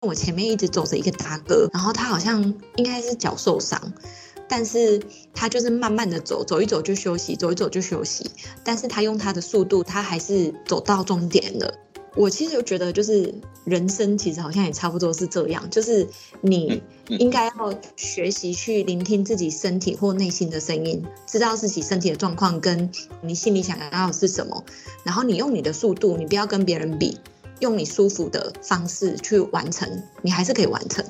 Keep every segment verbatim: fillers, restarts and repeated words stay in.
我前面一直走着一个大哥，然后他好像应该是脚受伤，但是他就是慢慢的走，走一走就休息，走一走就休息，但是他用他的速度，他还是走到终点了。我其实就觉得，就是人生其实好像也差不多是这样，就是你应该要学习去聆听自己身体或内心的声音，知道自己身体的状况跟你心里想要的是什么，然后你用你的速度，你不要跟别人比，用你舒服的方式去完成，你还是可以完成。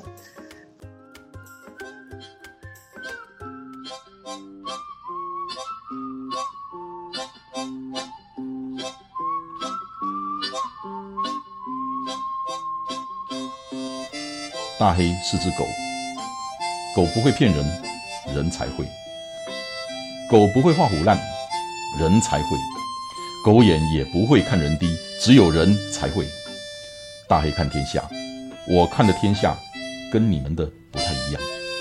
大黑是只狗，狗不会骗人，人才会；狗不会画虎烂，人才会；狗眼也不会看人低，只有人才会。大黑看天下，我看的天下跟你们的不太一样。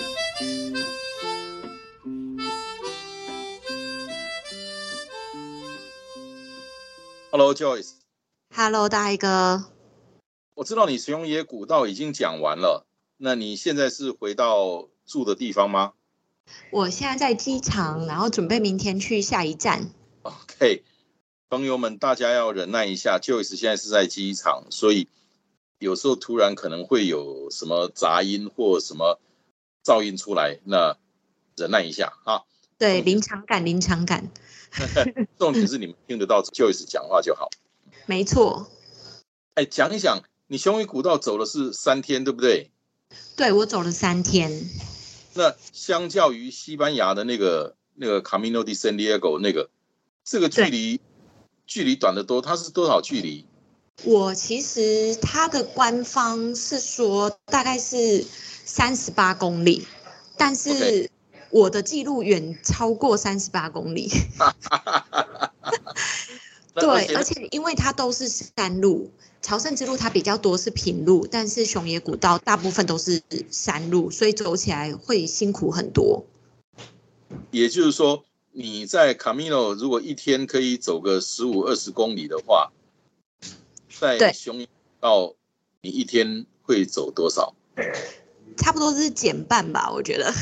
Hello Joyce。Hello 大黑哥。 我知道你熊野古道已经讲完了，那你现在是回到住的地方吗？ 我现在在机场，然后准备明天去下一站。 OK， 朋友们，大家要忍耐一下 ，Joyce 现在是在机场，所以有时候突然可能会有什么杂音或什么噪音出来，那忍耐一下啊。 对，临场感，临场感。 重点是你们听得到 Joyce 讲话就好。 没错。 哎，讲一讲。你熊野古道走的是三天，对不对？ 对，我走了三天。 那相较于西班牙的那个那个 Camino de Santiago 那个，这个距离距离短得多，它是多少距离？ 我其实它的官方是说大概是三十八公里，但是我的记录远超过三十八公里。对，而且因为它都是山路。朝圣之路它比较多是平路，但是熊野古道大部分都是山路，所以走起来会辛苦很多。 也就是说，你在 Camino 如果一天可以走个十五二十公里的话，在熊野古道你一天会走多少？ 差不多是减半吧，我觉得。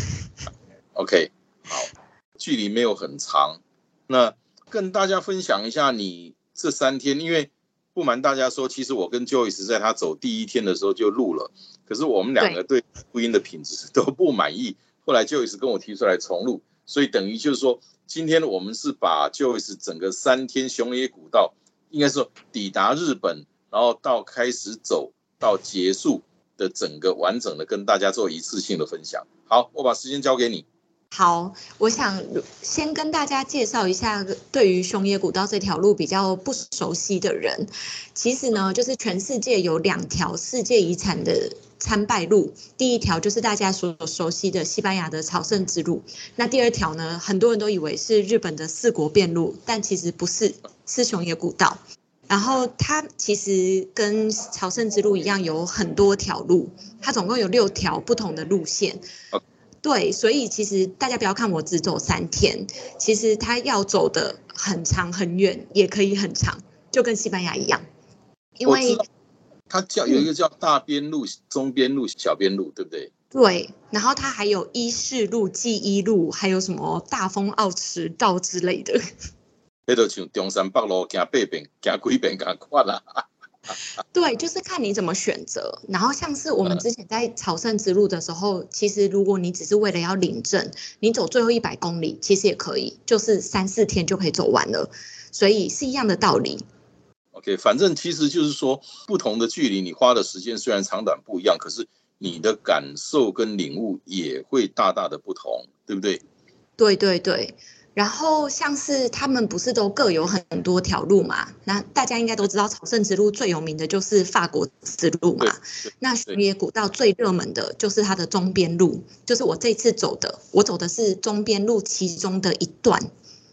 OK， 好，距离没有很长。那跟大家分享一下你这三天，因为不瞒大家说，其实我跟 Joyce 在他走第一天的时候就录了，可是我们两个对录音的品质都不满意，后来 Joyce 跟我提出来重录，所以等于就是说，今天我们是把 Joyce 整个三天熊野古道，应该说抵达日本，然后到开始走到结束的整个完整的跟大家做一次性的分享。好，我把时间交给你。 好，我想先跟大家介绍一下，对于熊野古道这条路比较不熟悉的人，其实呢，就是全世界有两条世界遗产的参拜路，第一条就是大家所熟悉的西班牙的朝圣之路，那第二条呢，很多人都以为是日本的四国遍路，但其实不是，是熊野古道。然后它其实跟朝圣之路一样，有很多条路，它总共有六条不同的路线。对，所以其实大家不要看我只走三天，其实它要走的很长很远，也可以很长，就跟西班牙一样。因为它叫有一个叫大边路、中边路、小边路，对不对？ 对，然后它还有伊势路、纪伊路，还有什么大丰奥驰道之类的。 那就像中山北路行八遍、行几遍咁快啦。 对，就是看你怎么选择。然后像是我们之前在朝圣之路的时候，其实如果你只是为了要领证，你走最后一百公里，其实也可以，就是三四天就可以走完了，所以是一样的道理。 OK， 反正其实就是说，不同的距离，你花的时间虽然长短不一样，可是你的感受跟领悟也会大大的不同，对不对？ 对对对。然后像是他们不是都各有很多条路嘛？那大家应该都知道，朝圣之路最有名的就是法国之路嘛。那熊野古道最热门的就是它的中边路，就是我这次走的，我走的是中边路其中的一段。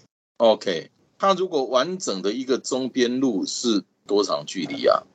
OK， 它如果完整的一个中边路是多长距离啊？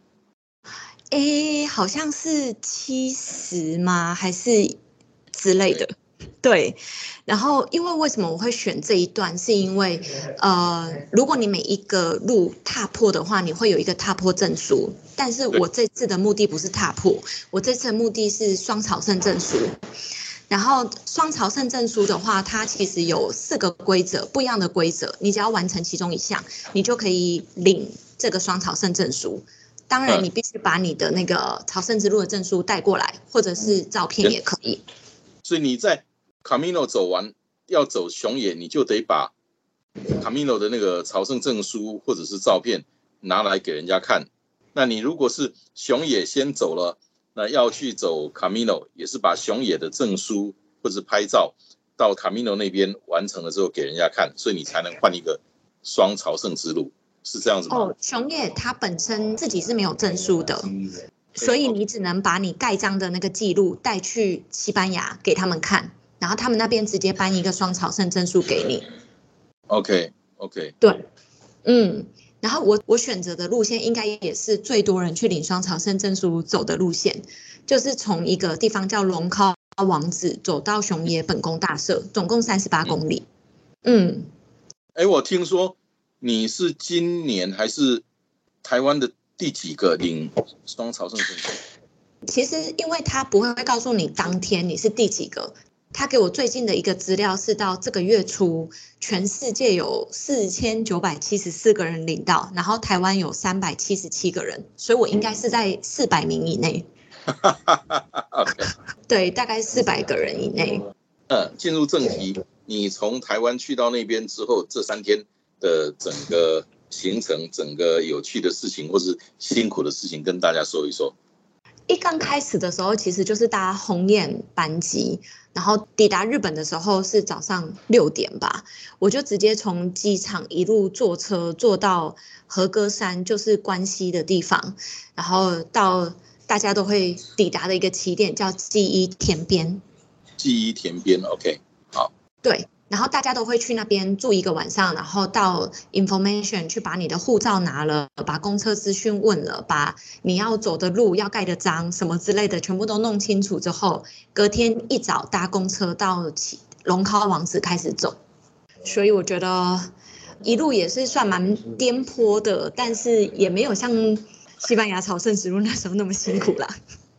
诶，好像是七十吗？还是之类的？ 对，然后因为为什么我会选这一段，是因为呃，如果你每一个路踏破的话，你会有一个踏破证书。但是我这次的目的不是踏破，我这次的目的是双朝圣证书。然后双朝圣证书的话，它其实有四个规则，不一样的规则，你只要完成其中一项，你就可以领这个双朝圣证书。当然，你必须把你的那个朝圣之路的证书带过来，或者是照片也可以。 所以你在Camino 走完要走熊野，你就得把 Camino 的那个朝圣证书或者是照片拿来给人家看。那你如果是熊野先走了，那要去走 Camino， 也是把熊野的证书或者是拍照到 Camino 那边完成了之后给人家看，所以你才能换一个双朝圣之路，是这样子吗？ 哦，熊野它本身自己是没有证书的。所以你只能把你盖章的那个记录带去西班牙给他们看，然后他们那边直接颁一个双朝圣证书给你。 OK OK。 对，嗯，然后我我选择的路线应该也是最多人去领双朝圣证书走的路线，就是从一个地方叫龙尻王子走到熊野本宫大社，总共三十八公里。嗯， 哎，我听说你是今年还是台湾的第几个领双朝圣证书？ 其实因为他不会告诉你当天你是第几个，他给我最近的一个资料是到这个月初，全世界有四千九百七十四个人领到，然后台湾有三百七十七个人，所以我应该是在四百名以内。 okay. 对，大概四百个人以内。 嗯，进入正题，你从台湾去到那边之后，这三天的整个行程，整个有趣的事情或是辛苦的事情跟大家说一说。 一刚开始的时候其实就是搭鸿雁班机，然后抵达日本的时候是早上六点吧，我就直接从机场一路坐车坐到和歌山，就是关西的地方，然后到大家都会抵达的一个起点叫纪伊田边。 纪伊田边 OK 好。 对，然后大家都会去那边住一个晚上，然后到 information 去把你的护照拿了，把公车资讯问了，把你要走的路要盖的章什么之类的全部都弄清楚之后，隔天一早搭公车到龙尻王子开始走。所以我觉得一路也是算蛮颠簸的，但是也没有像西班牙朝圣之路那时候那么辛苦啦。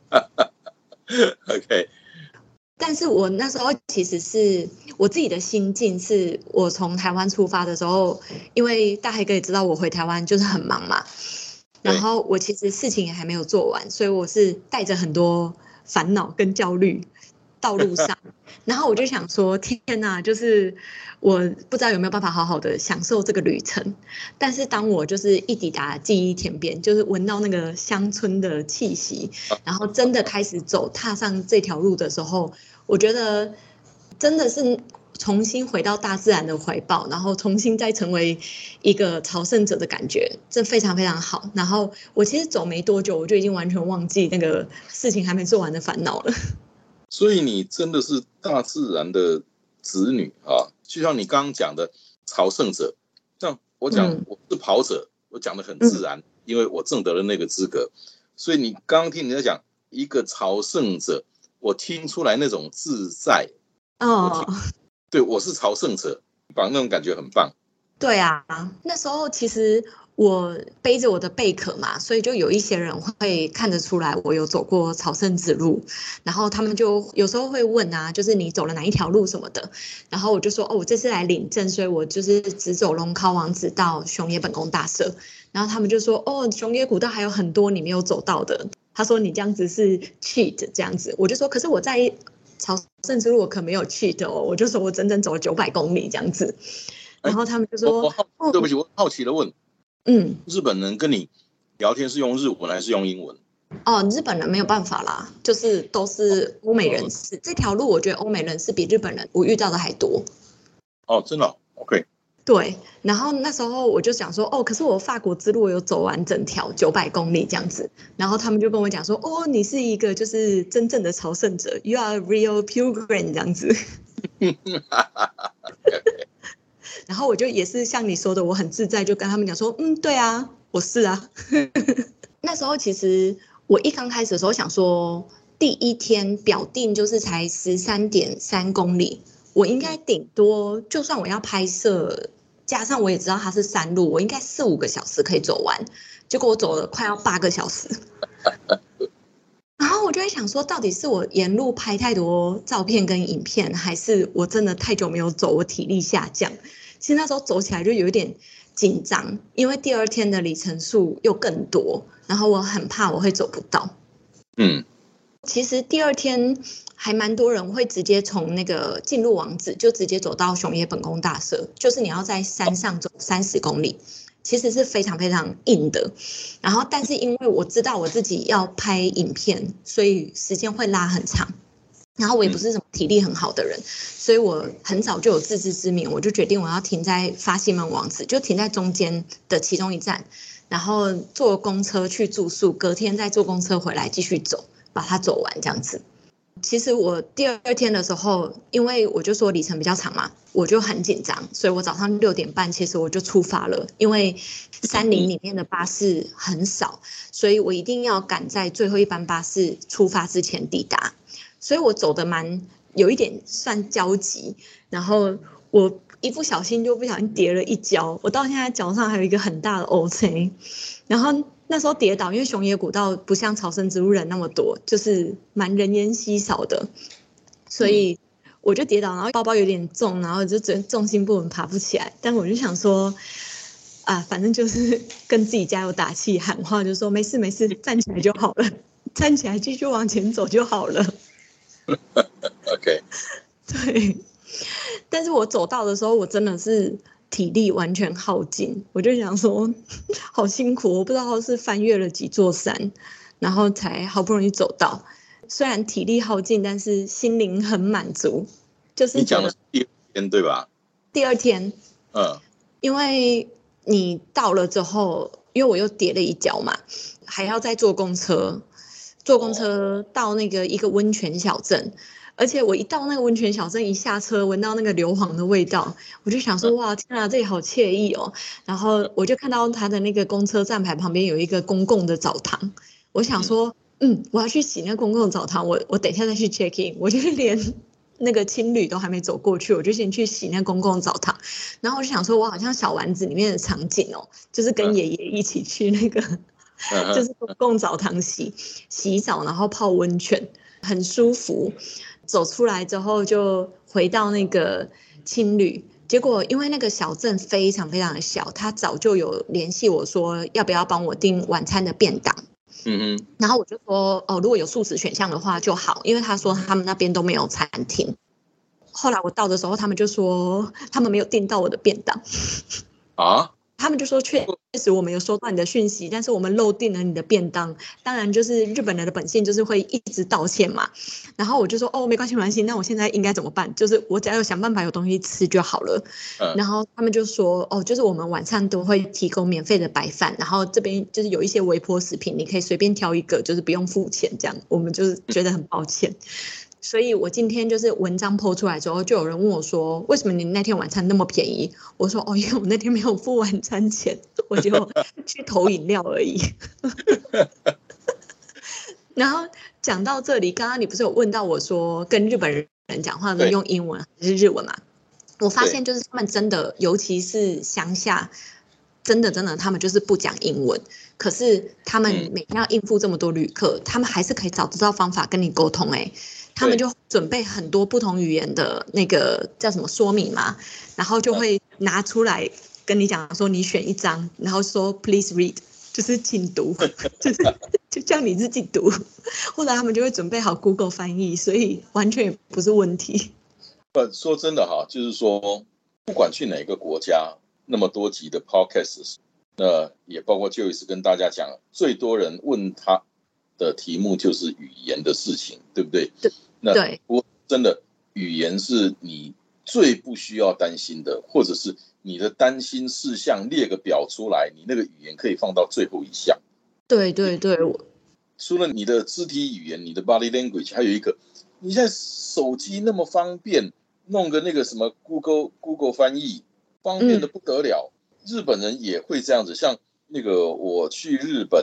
OK。 但是我那时候其实是我自己的心境，是我从台湾出发的时候，因为大黑哥也知道我回台湾就是很忙嘛，然后我其实事情也还没有做完，所以我是带着很多烦恼跟焦虑到路上，然后我就想说，天哪，就是我不知道有没有办法好好的享受这个旅程。但是当我就是一抵达纪伊田边，就是闻到那个乡村的气息，然后真的开始走踏上这条路的时候，我觉得真的是重新回到大自然的怀抱，然后重新再成为一个朝圣者的感觉，这非常非常好。然后我其实走没多久，我就已经完全忘记那个事情还没做完的烦恼了。 所以你真的是大自然的子女啊，就像你刚刚讲的朝圣者，像我讲我是跑者，我讲的很自然，因为我挣得了那个资格。所以你刚刚听你在讲一个朝圣者，我听出来那种自在哦，对，我是朝圣者，把那种感觉很棒。 对啊，那时候其实我背着我的贝壳嘛，所以就有一些人会看得出来我有走过朝圣之路，然后他们就有时候会问啊，就是你走了哪一条路什么的，然后我就说哦，我这次来领证，所以我就是只走龙尻王子到熊野本宫大社，然后他们就说哦，熊野古道还有很多你没有走到的，他说你这样子是 cheat 这样子，我就说可是我在朝圣之路我可没有 cheat 哦，我就说我整整走了九百公里这样子，然后他们就说、 欸、我我对不起，我好奇的问， 嗯， 日本人跟你聊天是用日文还是用英文？ 哦，日本人没有办法啦，就是都是欧美人士，这条路我觉得欧美人士比日本人我遇到的还多。 哦，真的、哦、OK。 对，然后那时候我就想说，哦，可是我法国之路有走完整条九百公里这样子，然后他们就跟我讲说，哦，你是一个就是真正的朝圣者 ，You are a real pilgrim 这样子。然后我就也是像你说的，我很自在，就跟他们讲说，嗯，对啊，我是啊。那时候其实我一刚开始的时候想说， 第一天表定就是才十三点三公里，我应该顶多就算我要拍摄，加上我也知道它是山路，我应该四五个小时可以走完，结果我走了快要八个小时。然后我就会想说，到底是我沿路拍太多照片跟影片，还是我真的太久没有走，我体力下降？其实那时候走起来就有一点紧张，因为第二天的里程数又更多，然后我很怕我会走不到。 嗯， 其实第二天还蛮多人会直接从那个进入网址就直接走到熊野本宫大社，就是你要在山上走三十公里。其实是非常非常硬的，然后但是因为我知道我自己要拍影片，所以时间会拉很长，然后我也不是什么体力很好的人，所以我很早就有自知之明，我就决定我要停在发西门网址，就停在中间的其中一站，然后坐公车去住宿，隔天再坐公车回来继续走，把它走完这样子。其实我第二天的时候，因为我就说里程比较长嘛，我就很紧张，所以我早上六点半其实我就出发了，因为山林里面的巴士很少，所以我一定要赶在最后一班巴士出发之前抵达，所以我走得蛮有一点算焦急，然后我一不小心就不小心跌了一跤，我到现在脚上还有一个很大的 O C， 然后那时候跌倒，因为熊野古道不像朝圣之路人那么多，就是蛮人烟稀少的，所以我就跌倒，然后包包有点重，然后就觉得重心不稳，爬不起来。但我就想说，啊，反正就是跟自己加油打气，喊话，就说没事没事，站起来就好了，站起来继续往前走就好了。 OK， 对。但是我走到的时候，我真的是体力完全耗尽，我就想说好辛苦，我不知道是翻越了几座山，然后才好不容易走到。虽然体力耗尽，但是心灵很满足。就是你讲的是第二天对吧？ 第二天， 嗯， 因为你到了之后，因为我又跌了一跤嘛，还要再坐公车，坐公车到那个一个温泉小镇。而且我一到那个温泉小镇，一下车闻到那个硫磺的味道，我就想说哇，天啊，这里好惬意哦。然后我就看到他的那个公车站牌旁边有一个公共的澡堂，我想说，嗯，我要去洗那个公共的澡堂，我我等一下再去 check in， 我就连那个青旅都还没走过去，我就先去洗那个公共澡堂。然后我就想说，我好像小丸子里面的场景哦，就是跟爷爷一起去那个，就是公共澡堂洗洗澡，然后泡温泉，很舒服。走出来之后就回到那个青旅，结果因为那个小镇非常非常的小，他早就有联系我说要不要帮我订晚餐的便当。 嗯嗯， 然后我就说哦，如果有素食选项的话就好，因为他说他们那边都没有餐厅。后来我到的时候，他们就说他们没有订到我的便当。 啊？ 他们就说确实我们有收到你的讯息，但是我们漏订了你的便当。当然就是日本人的本性就是会一直道歉嘛。然后我就说哦，没关系没关系，那我现在应该怎么办？就是我只要有想办法有东西吃就好了。嗯、然后他们就说哦，就是我们晚上都会提供免费的白饭，然后这边就是有一些微波食品，你可以随便挑一个，就是不用付钱这样。我们就是觉得很抱歉。所以我今天就是文章 po 出来之后，就有人问我说为什么你那天晚餐那么便宜？我说哦，因为我那天没有付晚餐钱，我就去投饮料而已。然后讲到这里，刚刚你不是有问到我说跟日本人讲话都用英文还是日文嘛？我发现就是他们真的，尤其是乡下，真的真的他们就是不讲英文，可是他们每天要应付这么多旅客，他们还是可以找得到方法跟你沟通。哎，他们就准备很多不同语言的那个叫什么说明嘛，然后就会拿出来跟你讲说你选一张，然后说 please read， 就是请读，就是就叫你自己读，后来他们就会准备好 Google 翻译，所以完全也不是问题。 不，说真的哈，就是说不管去哪个国家，那么多集的 podcast， 那也包括就一次跟大家讲，最多人问他的题目就是语言的事情，对不对？ 对。 那我真的语言是你最不需要担心的，或者是你的担心事项列个表出来，你那个语言可以放到最后一项。 对对对， 除了你的肢体语言，你的 body language， 还有一个，你现在手机那么方便，弄个那个什么 Google Google 翻译，方便的不得了。嗯、日本人也会这样子，像那个我去日本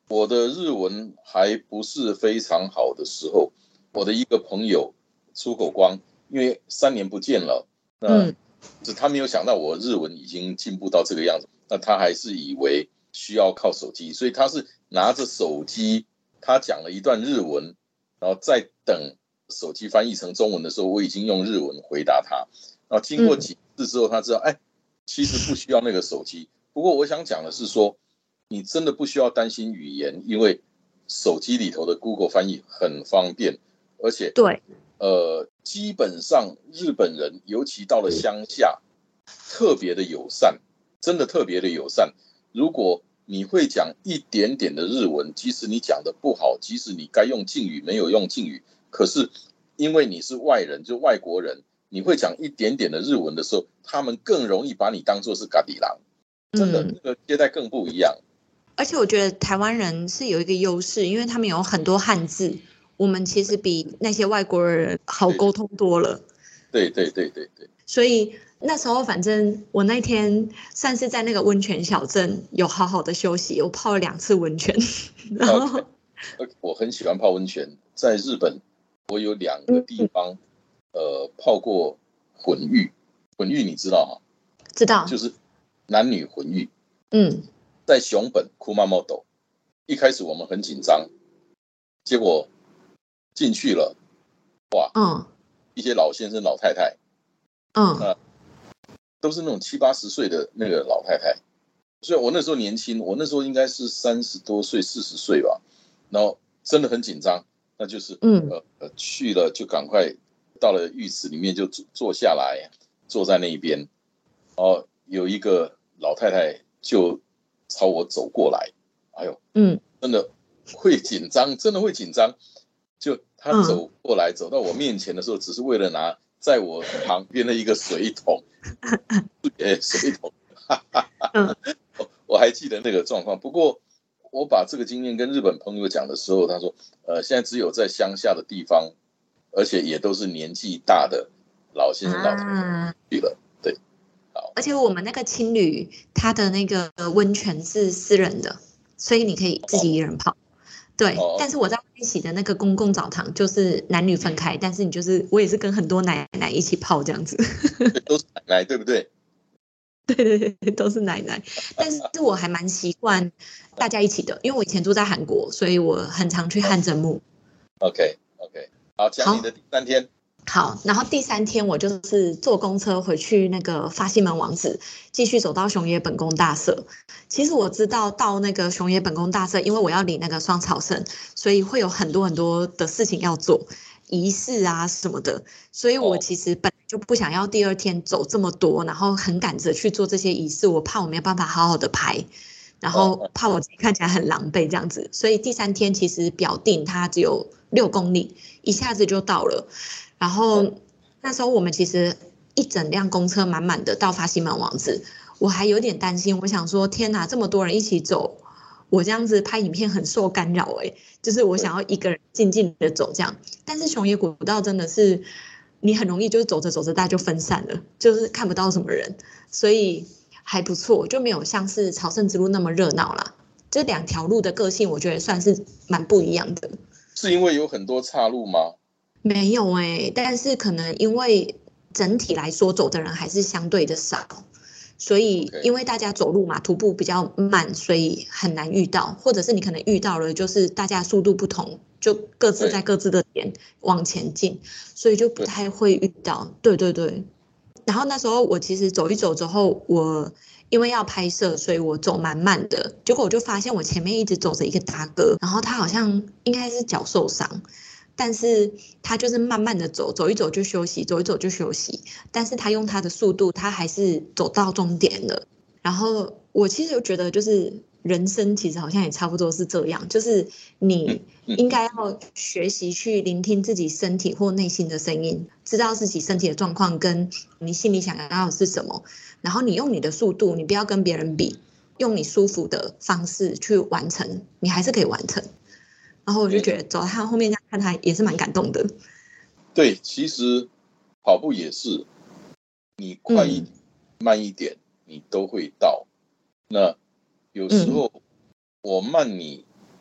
我的日文还不是非常好的时候，我的一个朋友出口光，因为三年不见了，那就他没有想到我日文已经进步到这个样子，那他还是以为需要靠手机，所以他是拿着手机，他讲了一段日文，然后再等手机翻译成中文的时候，我已经用日文回答他，然后经过几次之后，他知道，哎，其实不需要那个手机。不过我想讲的是说，你真的不需要担心语言，因为手机里头的 Google 翻译很方便，而且对， 呃，基本上日本人，尤其到了乡下，特别的友善，真的特别的友善。如果你会讲一点点的日文，即使你讲的不好，即使你该用敬语没有用敬语，可是因为你是外人，就外国人，你会讲一点点的日文的时候，他们更容易把你当作是嘎底郎，真的，那个接待更不一样。 而且我觉得台湾人是有一个优势，因为他们有很多汉字，我们其实比那些外国人好沟通多了。 对对对对对。 所以那时候反正我那天算是在那个温泉小镇有好好的休息，我泡了两次温泉。然后 okay. 我很喜欢泡温泉，在日本我有两个地方、嗯、呃泡过混浴。混浴你知道吗？ 知道， 就是男女混浴。 嗯， 在熊本 Kumamoto， 一开始我们很紧张，结果进去了，哇，嗯，一些老先生老太太，嗯、呃，都是那种七八十岁的那个老太太，所以我那时候年轻，我那时候应该是三十多岁四十岁吧，然后真的很紧张，那就是嗯呃去了就赶快到了浴池里面就坐下来，坐在那一边，然后有一个老太太就朝我走过来，哎呦，嗯，真的会紧张，真的会紧张。就他走过来，走到我面前的时候，只是为了拿在我旁边的一个水桶，呃，水桶，哈哈哈，我还记得那个状况。不过我把这个经验跟日本朋友讲的时候，他说，呃，现在只有在乡下的地方，而且也都是年纪大的老先生老太太去了。 而且我们那个青旅，它的那个温泉是私人的，所以你可以自己一人泡。对，哦、但是我在外面洗的那个公共澡堂就是男女分开，但是你就是我也是跟很多奶奶一起泡这样子。 都是奶奶，对不对？ 对对对，都是奶奶。但是我还蛮习惯大家一起的，因为我以前住在韩国，所以我很常去汗蒸幕。 OK OK， 好，讲你的第三天。 好，然后第三天我就是坐公车回去那个发西门王子，继续走到熊野本宫大社。其实我知道到那个熊野本宫大社，因为我要领那个双草圣，所以会有很多很多的事情要做，仪式啊什么的。所以我其实本来就不想要第二天走这么多，然后很赶着去做这些仪式，我怕我没有办法好好的拍，然后怕我自己看起来很狼狈这样子。所以第三天其实表定它只有六公里，一下子就到了。然后那时候我们其实一整辆公车满满的到发西门王子，我还有点担心，我想说天哪，这么多人一起走，我这样子拍影片很受干扰哎、欸，就是我想要一个人静静的走这样。但是熊野古道真的是你很容易就是走着走着大家就分散了，就是看不到什么人，所以还不错，就没有像是朝圣之路那么热闹啦。这两条路的个性我觉得算是蛮不一样的。 是因为有很多岔路吗？ 没有哎、欸，但是可能因为整体来说走的人还是相对的少，所以因为大家走路嘛，徒步比较慢，所以很难遇到，或者是你可能遇到了，就是大家速度不同，就各自在各自的点往前进，所以就不太会遇到。对对对。然后那时候我其实走一走之后，我因为要拍摄，所以我走蛮慢的，结果我就发现我前面一直走着一个大哥，然后他好像应该是脚受伤。但是他就是慢慢的走，走一走就休息，走一走就休息。但是他用他的速度，他还是走到终点了。然后我其实就觉得，就是人生其实好像也差不多是这样，就是你应该要学习去聆听自己身体或内心的声音，知道自己身体的状况跟你心里想要的是什么。然后你用你的速度，你不要跟别人比，用你舒服的方式去完成，你还是可以完成。然后我就觉得走到他后面看他也是蛮感动的。 对，其实跑步也是，你快一点、嗯、慢一点，你都会到。那有时候我慢你，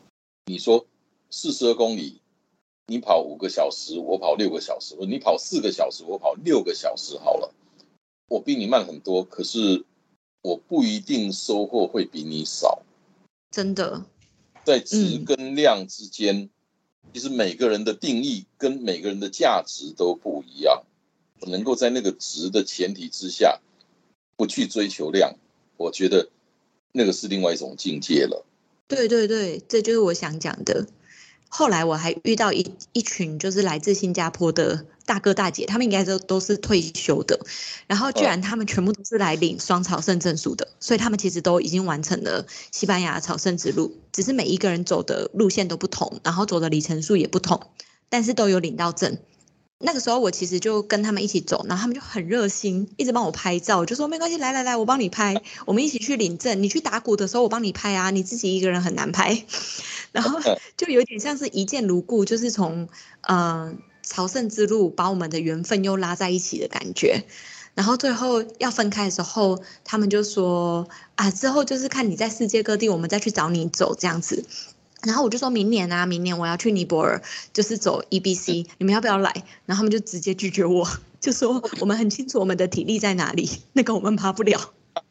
你说四十二公里，你跑五个小时，我跑六个小时，你跑四个小时，我跑六个小时好了，我比你慢很多，可是我不一定收获会比你少。 真的， 在质跟量之间，嗯、其实每个人的定义跟每个人的价值都不一样。能够在那个质的前提之下，不去追求量，我觉得那个是另外一种境界了。 对对对，这就是我想讲的。后来我还遇到一一群就是来自新加坡的大哥大姐，他们应该都都是退休的，然后居然他们全部都是来领双朝圣证书的，所以他们其实都已经完成了西班牙朝圣之路，只是每一个人走的路线都不同，然后走的里程数也不同，但是都有领到证。那个时候我其实就跟他们一起走，然后他们就很热心，一直帮我拍照，就说没关系，来来来，我帮你拍，我们一起去领证。你去打鼓的时候我帮你拍啊，你自己一个人很难拍。然后就有点像是一见如故，就是从呃朝圣之路把我们的缘分又拉在一起的感觉。然后最后要分开的时候，他们就说啊，之后就是看你在世界各地，我们再去找你走这样子。然后我就说明年啊，明年我要去尼泊尔，就是走 E B C， 你们要不要来？然后他们就直接拒绝我，就说我们很清楚我们的体力在哪里，那个我们爬不了。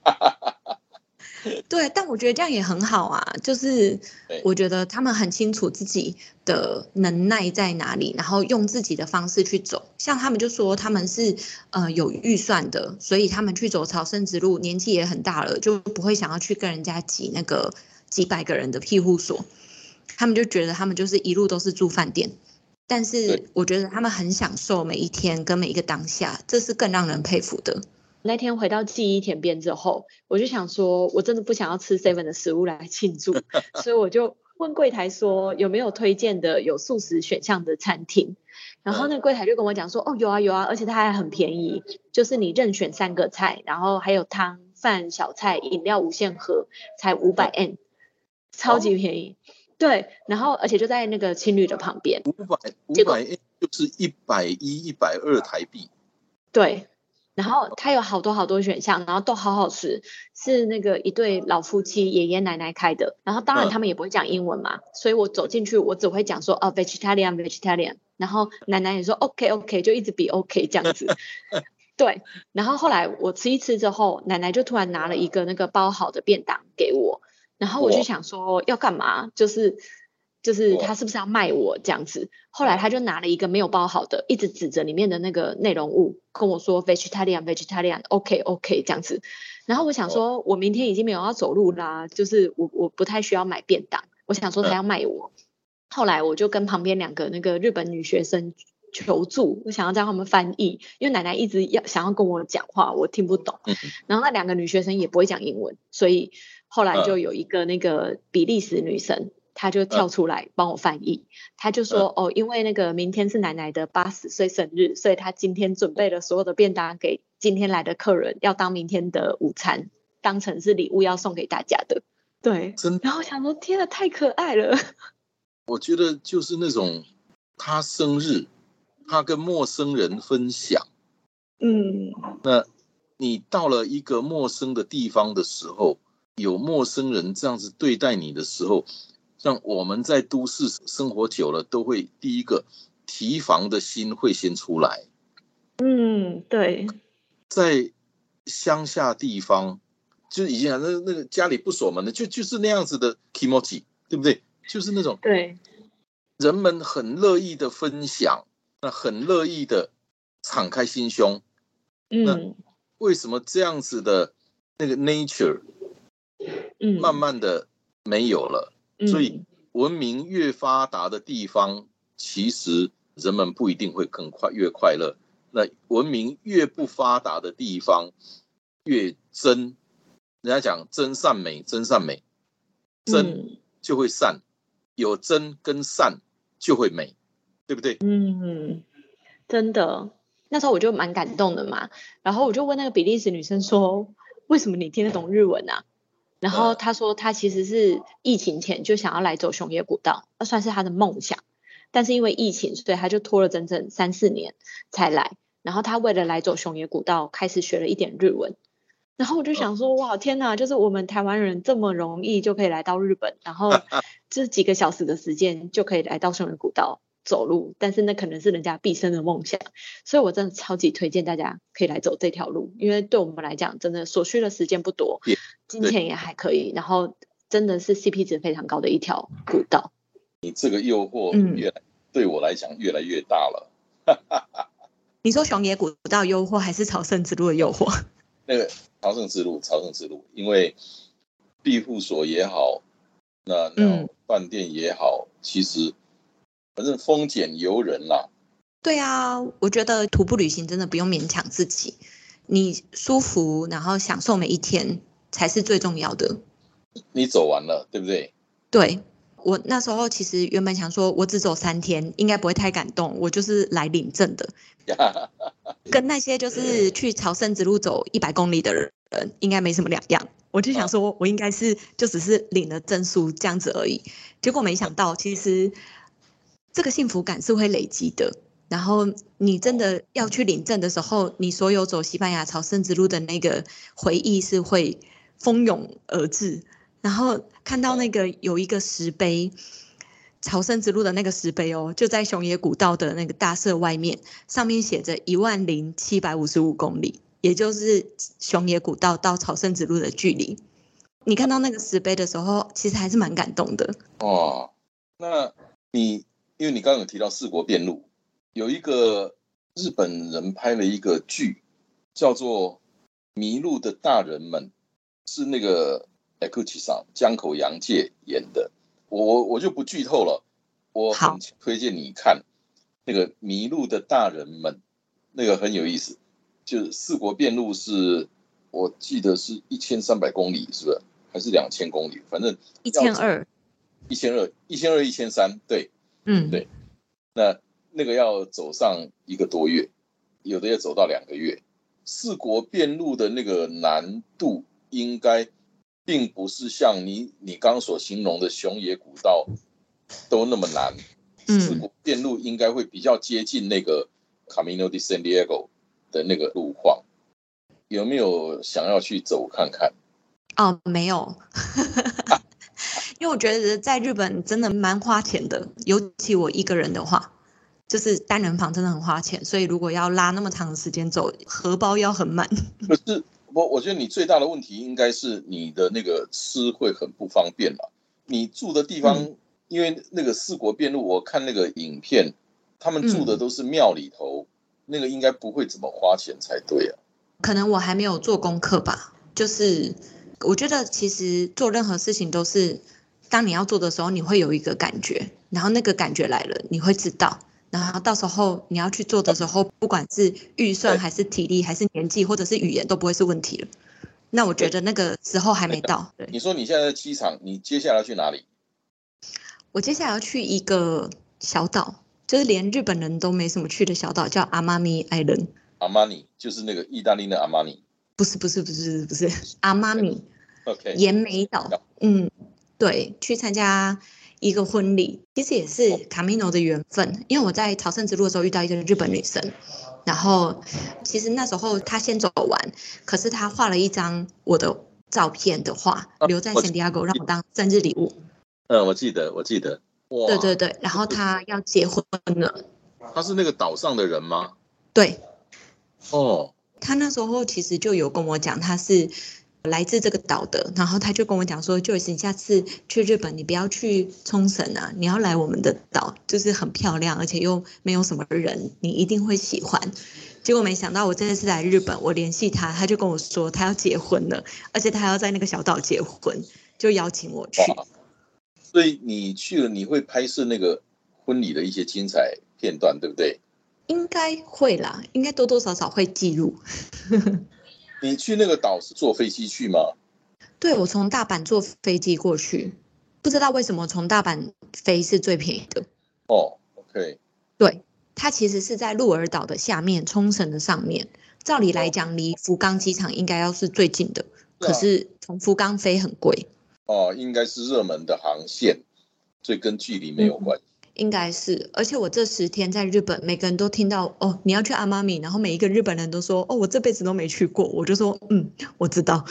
对，但我觉得这样也很好啊，就是我觉得他们很清楚自己的能耐在哪里，然后用自己的方式去走。像他们就说他们是呃有预算的，所以他们去走朝圣之路，年纪也很大了，就不会想要去跟人家挤那个几百个人的庇护所。他们就觉得他们就是一路都是住饭店，但是我觉得他们很享受每一天跟每一个当下，这是更让人佩服的。那天回到记忆田边之后，我就想说我真的不想要吃 seven 的食物来庆祝，所以我就问柜台说有没有推荐的有素食选项的餐厅，然后那柜台就跟我讲说哦有啊有啊，而且它还很便宜，就是你任选三个菜，然后还有汤饭小菜饮料无限喝，才五百 yen， 超级便宜。对，然后而且就在那个青旅的旁边， 五百五百就是一百一一百二台币。 对，然后它有好多好多选项，然后都好好吃，是那个一对老夫妻爷爷奶奶开的，然后当然他们也不会讲英文嘛，嗯、所以我走进去我只会讲说哦 vegetarian vegetarian， 然后奶奶也说 OK OK， 就一直比 OK 这样子。对，然后后来我吃一吃之后，奶奶就突然拿了一个那个包好的便当给我。然后我就想说要干嘛，就是就是他是不是要卖我这样子。后来他就拿了一个没有包好的，一直指着里面的那个内容物跟我说 vegetarian vegetarian OK OK 这样子。然后我想说我明天已经没有要走路啦，就是我我不太需要买便当，我想说他要卖我。后来我就跟旁边两个那个日本女学生求助，我想要让他们翻译，因为奶奶一直要想要跟我讲话，我听不懂。然后那两个女学生也不会讲英文，所以后来就有一个那个比利时女生，她就跳出来帮我翻译。她就说哦，因为那个明天是奶奶的八十岁生日，所以她今天准备了所有的便当给今天来的客人，要当明天的午餐，当成是礼物要送给大家的。对，然后想说天啊，太可爱了。 我觉得就是那种他生日，他跟陌生人分享。 嗯， 那你到了一个陌生的地方的时候，有陌生人这样子对待你的时候，像我们在都市生活久了，都会第一个提防的心会先出来。 嗯，对。 在乡下地方，就是以前那那个家里不锁门的，就就是那样子的 kimochi， 对不对？就是那种对， 人们很乐意的分享，那很乐意的敞开心胸。 嗯， 那为什么这样子的那个 nature，嗯，慢慢的没有了？嗯、所以文明越发达的地方，其实人们不一定会更快越快乐。那文明越不发达的地方，越真。人家讲真善美，真善美，真就会善，嗯、有真跟善就会美，对不对？ 嗯，真的。那时候我就蛮感动的嘛，然后我就问那个比利时女生说，为什么你听得懂日文啊？然后她说她其实是疫情前就想要来走熊野古道，那算是她的梦想，但是因为疫情，所以她就拖了整整三四年才来。然后她为了来走熊野古道，开始学了一点日文。 然后我就想说，哇，天哪！就是我们台湾人这么容易就可以来到日本，然后这几个小时的时间就可以来到熊野古道走路，但是那可能是人家毕生的梦想，所以我真的超级推荐大家可以来走这条路，因为对我们来讲，真的所需的时间不多，金钱也还可以，然后真的是 C P 值非常高的一条古道。 你这个诱惑越来、嗯、对我来讲越来越大了。 你说熊野古道诱惑还是朝圣之路的诱惑？ 那个朝圣之路，朝圣之路，因为庇护所也好，那那饭店也好、嗯，其实反正丰俭由人啦。 对啊，我觉得徒步旅行真的不用勉强自己，你舒服，然后享受每一天才是最重要的。 你走完了，对不对？ 对。我那时候其实原本想说，我只走三天，应该不会太感动，我就是来领证的，跟那些就是去朝圣之路走一百公里的人应该没什么两样。我就想说，我应该是就只是领了证书这样子而已。结果没想到，其实这个幸福感是会累积的。然后你真的要去领证的时候，你所有走西班牙朝圣之路的那个回忆是会蜂拥而至。然后看到那个有一个石碑，朝圣之路的那个石碑哦，就在熊野古道的那个大社外面，上面写着一万零七百五十五公里，也就是熊野古道到朝圣之路的距离。你看到那个石碑的时候，其实还是蛮感动的。 哦，那你因为你刚刚有提到四国遍路，有一个日本人拍了一个剧，叫做《迷路的大人们》，是那个Ekuchiさん江口洋介演的，我我就不剧透了，我很推荐你看那个《迷路的大人们》，那个很有意思。就是四国遍路是，我记得是一千三百公里，是不是？还是两千公里？反正一千二， 一千二，一千二，一千三，对， 嗯， 对。那那个要走上一个多月，有的要走到两个月。四国遍路的那个难度应该并不是像你你刚刚所形容的熊野古道都那么难，四国遍路应该会比较接近那个 Camino de San Diego 的那个路况，有没有想要去走看看？ 哦，没有，因为我觉得在日本真的蛮花钱的，尤其我一个人的话，就是单人房真的很花钱，所以如果要拉那么长的时间走，荷包要很满。 可是我我觉得你最大的问题应该是你的那个吃会很不方便了。你住的地方，嗯、因为那个四国遍路，我看那个影片，他们住的都是庙里头，嗯、那个应该不会怎么花钱才对啊。 可能我还没有做功课吧，就是我觉得其实做任何事情都是，当你要做的时候，你会有一个感觉，然后那个感觉来了，你会知道。然后到时候你要去做的时候，不管是预算还是体力还是年纪或者是语言都不会是问题了。那我觉得那个时候还没到。对， 你说你现在在机场，你接下来去哪里？ 我接下来要去一个小岛，就是连日本人都没什么去的小岛，叫阿玛尼 Island。 阿玛尼就是那个意大利的阿玛尼？ 不是不是不是不是阿玛尼 ，OK， 岩美岛。嗯，对，去参加一个婚礼，其实也是卡米诺的缘分，因为我在朝圣之路的时候遇到一个日本女生，然后其实那时候她先走完，可是她画了一张我的照片的画，留在圣地亚哥让我当生日礼物。 嗯，我记得，我记得。哇， 对对对，然后她要结婚了。 她是那个岛上的人吗？ 对。 哦。 她那时候其实就有跟我讲，她是来自这个岛的，然后他就跟我讲说 Joyce 你下次去日本你不要去冲绳啊，你要来我们的岛，就是很漂亮而且又没有什么人，你一定会喜欢。结果没想到我真的是来日本，我联系他，他就跟我说他要结婚了，而且他要在那个小岛结婚，就邀请我去。 所以你去了你会拍摄那个婚礼的一些精彩片段对不对？ 应该会啦，应该多多少少会记录。 你去那个岛是坐飞机去吗？ 对，我从大阪坐飞机过去，不知道为什么从大阪飞是最便宜的。 哦 ，OK。 对，它其实是在鹿儿岛的下面，冲绳的上面。照理来讲，离福冈机场应该要是最近的，哦、可是从福冈飞很贵。 哦，应该是热门的航线，所以跟距离没有关系。嗯、 应该是，而且我这十天在日本，每个人都听到哦，你要去阿玛米，然后每一个日本人都说哦，我这辈子都没去过，我就说嗯，我知道。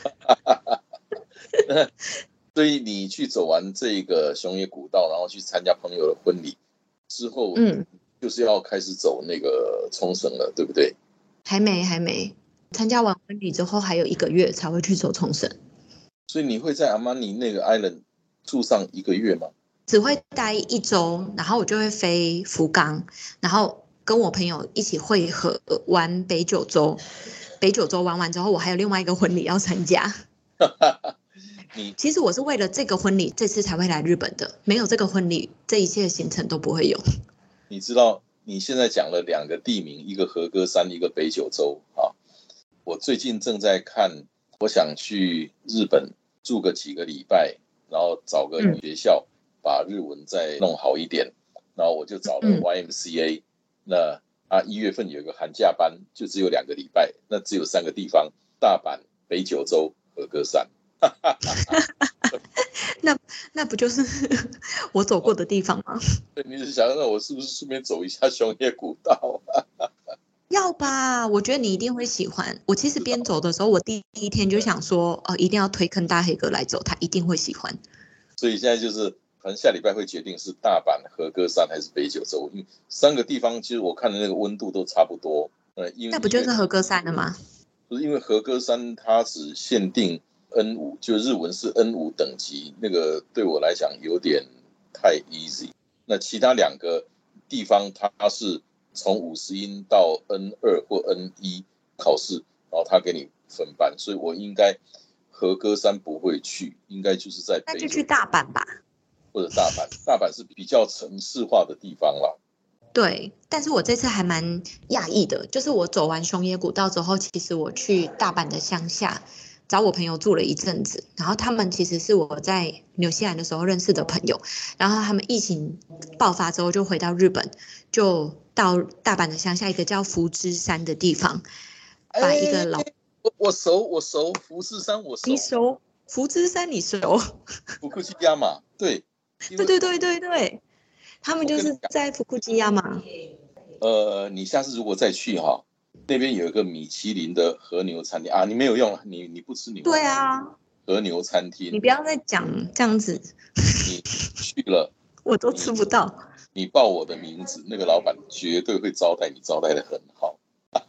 所以你去走完这个熊野古道，然后去参加朋友的婚礼之后， 嗯， 就是要开始走那个冲绳了，对不对？ 还没，还没。参加完婚礼之后，还有一个月才会去走冲绳。 所以你会在阿玛尼那个 island 住上一个月吗？ 只会待一周，然后我就会飞福冈，然后跟我朋友一起会合玩北九州。北九州玩完之后，我还有另外一个婚礼要参加。 你其实我是为了这个婚礼，这次才会来日本的。没有这个婚礼，这一切行程都不会有。 你知道你现在讲了两个地名，一个和歌山，一个北九州啊。我最近正在看，我想去日本住个几个礼拜，然后找个学校、嗯、把日文再弄好一点，然后我就找了 Y M C A、嗯、那啊一月份有一个寒假班，就只有两个礼拜，那只有三个地方：大阪、北九州、和歌山。 那那不就是我走过的地方吗？ 对，你是想让我是不是顺便走一下熊野古道？ 要吧，我觉得你一定会喜欢。我其实边走的时候，我第一天就想说，哦，一定要推坑大黑哥来走，他一定会喜欢。 所以现在就是，反正下礼拜会决定是大阪、和歌山还是北九州，因为三个地方其实我看的那个温度都差不多。呃，因为那不就是和歌山了吗？ 不是，因为和歌山它只限定 N 五， 就日文是 N 五 等级，那个对我来讲有点太 easy。那其他两个地方它是从五十音到 N 二 或 N 一 考试，然后他给你分班，所以我应该和歌山不会去，应该就是在北， 那就去大阪吧， 或者大阪。大阪是比较城市化的地方啦。 对，但是我这次还蛮讶异的，就是我走完熊野古道之后，其实我去大阪的乡下找我朋友住了一阵子，然后他们其实是我在纽西兰的时候认识的朋友，然后他们疫情爆发之后就回到日本，就到大阪的乡下一个叫福知山的地方，把一个老、 欸、我我熟我熟福知山我熟， 你熟福知山你熟， 福库基亚嘛，对， 对对对对对，他们就是在福库基亚嘛。 呃，你下次如果再去哈，那边有一个米其林的和牛餐厅啊，你没有用，你你不吃牛， 对啊， 和牛餐厅， 你不要再讲这样子， 你去了我都吃不到。 你, 你报我的名字，那个老板绝对会招待你，招待得很好。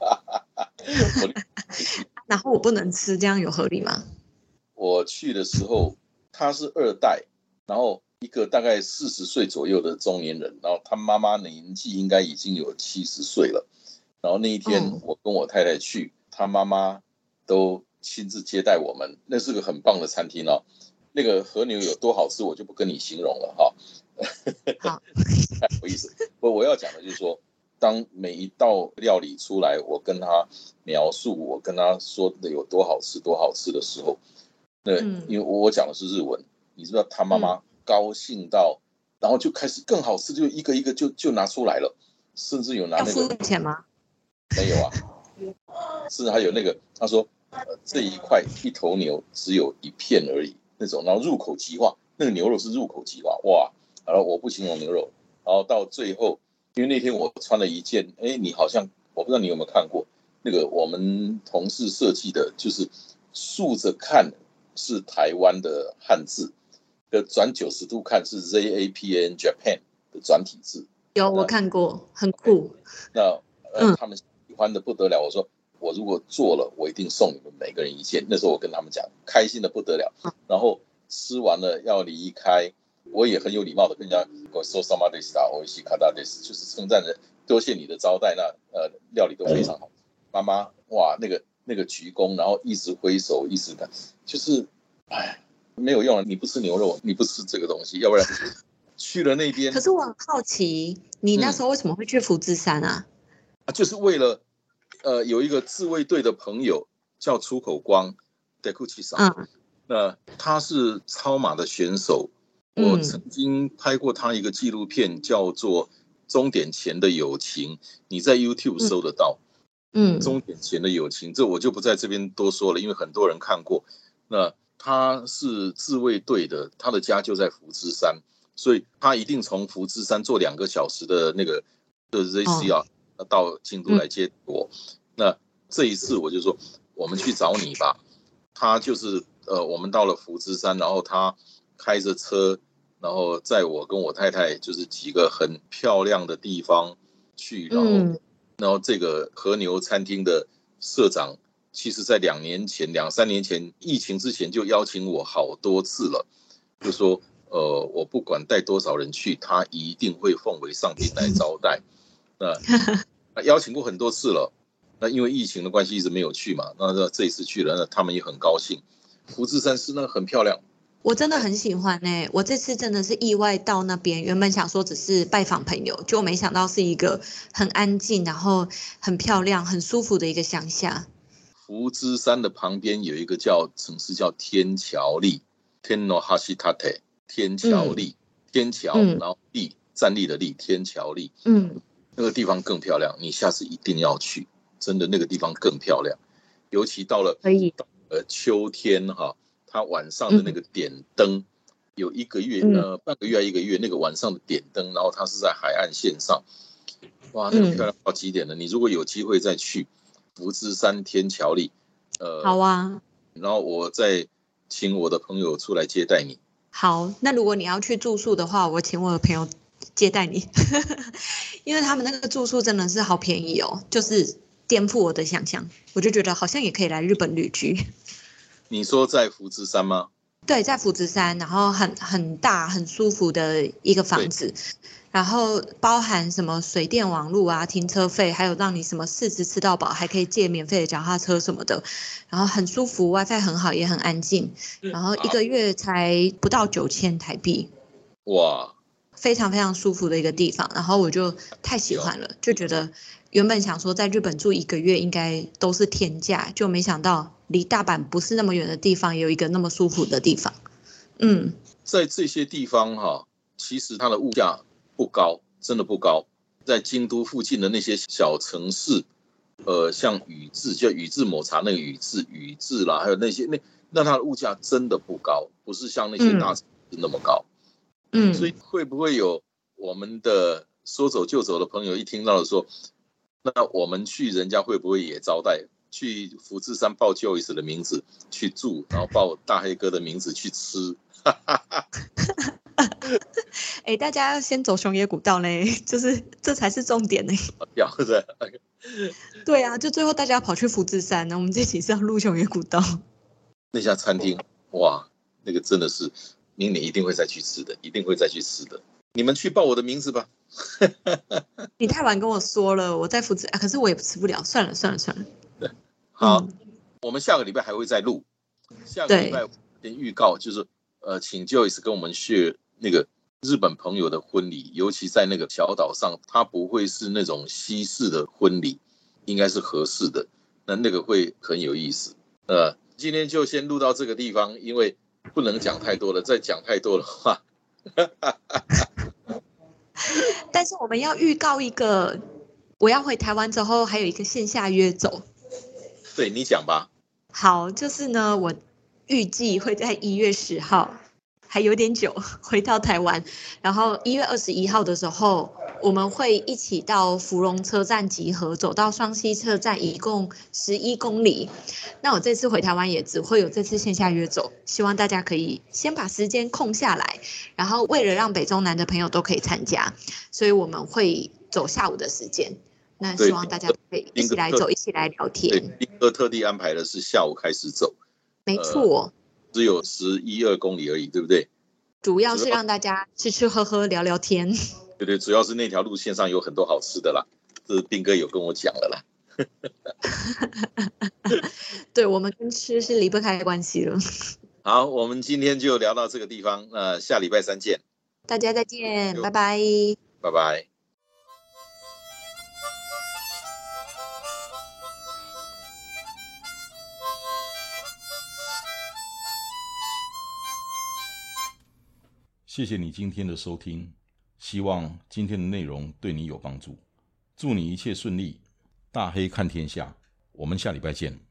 然后我不能吃，这样有合理吗？ 我去的时候，他是二代，然后一个大概四十岁左右的中年人，然后他妈妈年纪应该已经有七十岁了。然后那一天我跟我太太去，他妈妈都亲自接待我们，那是个很棒的餐厅哦。那个和牛有多好吃，我就不跟你形容了哈。 好， 太有意思。我我要讲的就是说，当每一道料理出来，我跟他描述，我跟他说的有多好吃，多好吃的时候，那因为我讲的是日文，你知道他妈妈高兴到，然后就开始更好吃，就一个一个就就拿出来了，甚至有拿那个。 要付钱吗？ 没有啊，甚至还有那个他说、呃、这一块一头牛只有一片而已那种，然后入口即化，那个牛肉是入口即化，哇！然后我不形容牛肉，然后到最后，因为那天我穿了一件，哎，你好像我不知道你有没有看过那个我们同事设计的，就是竖着看是台湾的汉字，的转九十度看是 Z A P A N Japan 的转体字。 有我看过，很酷。 那呃、嗯，他们喜欢的不得了。我说我如果做了，我一定送你们每个人一件。那时候我跟他们讲，开心的不得了。然后吃完了要离开，我也很有礼貌的跟人家我说 “sama desu”， 我一起 “kada desu”， 就是称赞人，多谢你的招待。那呃，料理都非常好。妈妈哇，那个那个鞠躬，然后一直挥手，一直看，就是哎，没有用了。你不吃牛肉，你不吃这个东西，要不然去了那边。 可是我很好奇，你那时候为什么会去福知山啊？ 嗯、就是为了。呃，有一个自卫队的朋友叫出口光 Dekuchi 桑、嗯，那他是超马的选手，我曾经拍过他一个纪录片，叫做《终点前的友情》，你在 YouTube 搜得到。嗯，终点前的友情，这我就不在这边多说了，因为很多人看过。那他是自卫队的，他的家就在福知山， 所以他一定从福知山坐两个小时的那个的 Z C R、哦、到京都来接我。嗯、那这一次我就说，我们去找你吧。他就是呃，我们到了福知山，然后他开着车，然后载我跟我太太就是几个很漂亮的地方去，然后、嗯、然后这个和牛餐厅的社长，其实在两年前、两三年前疫情之前就邀请我好多次了，就说呃，我不管带多少人去，他一定会奉为上宾来招待。那邀请过很多次了。那因为疫情的关系一直没有去嘛，那这一次去了，那他们也很高兴。福知山是那很漂亮， 我真的很喜欢哎、欸，我这次真的是意外到那边，原本想说只是拜访朋友，就没想到是一个很安静，然后很漂亮、很舒服的一个乡下。 福知山的旁边有一个叫城市叫天桥立 ，Tennohashitate 天桥立，嗯、天桥，嗯、然后立站立的立，天桥立，嗯，那个地方更漂亮，你下次一定要去。真的那个地方更漂亮，尤其到了呃秋天哈，它晚上的那个点灯，嗯、有一个月呃半个月一个月那个晚上的点灯，然后它是在海岸线上，哇，那个漂亮到极点了。嗯、你如果有机会再去福知山天桥立，呃， 好啊， 然后我再请我的朋友出来接待你。 好，那如果你要去住宿的话，我请我的朋友接待你，因为他们那个住宿真的是好便宜哦，就是。颠覆我的想象，我就觉得好像也可以来日本旅居。 你说在福知山吗？ 对，在福知山，然后很很大、很舒服的一个房子，然后包含什么水电网路啊、停车费，还有让你什么四十吃到饱，还可以借免费的脚踏车什么的，然后很舒服 ，WiFi 很好，也很安静，然后一个月才不到九千台币， 哇， 非常非常舒服的一个地方，然后我就太喜欢了，就觉得。原本想说在日本住一个月应该都是天价，就没想到离大阪不是那么远的地方有一个那么舒服的地方。嗯， 在这些地方哈，其实它的物价不高，真的不高。在京都附近的那些小城市，呃，像宇治，叫宇治抹茶那个宇治，宇治啦，还有那些那那它的物价真的不高，不是像那些大城市那么高。嗯，所以会不会有我们的说走就走的朋友一听到了说？那我们去人家会不会也招待？去福知山报 Joyce 的名字去住，然后报大黑哥的名字去吃。 哎、欸，大家要先走熊野古道嘞，就是这才是重点呢。 要的。 对啊，就最后大家跑去福知山呢，我们这期是要录熊野古道。 那家餐厅，哇，那个真的是明年一定会再去吃的，一定会再去吃的。你们去报我的名字吧。 你太晚跟我说了，我在福知、啊，可是我也吃不了，算了算了算了。 对，好，嗯、我们下个礼拜还会再录。下个礼拜先预告，就是呃，请 Joyce 跟我们 share 那个日本朋友的婚礼，尤其在那个小岛上，它不会是那种西式的婚礼，应该是和式的，那那个会很有意思。呃，今天就先录到这个地方，因为不能讲太多了，再讲太多的话。 但是我们要预告一个，我要回台湾之后还有一个线下约走。 对，你讲吧。 好，就是呢，我预计会在一月十号，还有点久，回到台湾。然后一月二十一号的时候，我们会一起到福隆车站集合，走到双溪车站，一共十一公里。那我这次回台湾也只会有这次线下约走，希望大家可以先把时间空下来，然后为了让北中南的朋友都可以参加，所以我们会走下午的时间。那希望大家可以一起来走，一起来聊天。 对，斌哥特地安排的是下午开始走。 没错、呃， 只有十一二公里而已，对不对？ 主要是让大家吃吃喝喝聊聊天。 对对，主要是那条路线上有很多好吃的啦，这是斌哥有跟我讲了啦。 对，我们跟吃是离不开关系了。 好，我们今天就聊到这个地方，呃，下礼拜三见。 大家再见，拜拜。 拜拜。 谢谢你今天的收听，希望今天的内容对你有帮助。祝你一切顺利，大黑看天下，我们下礼拜见。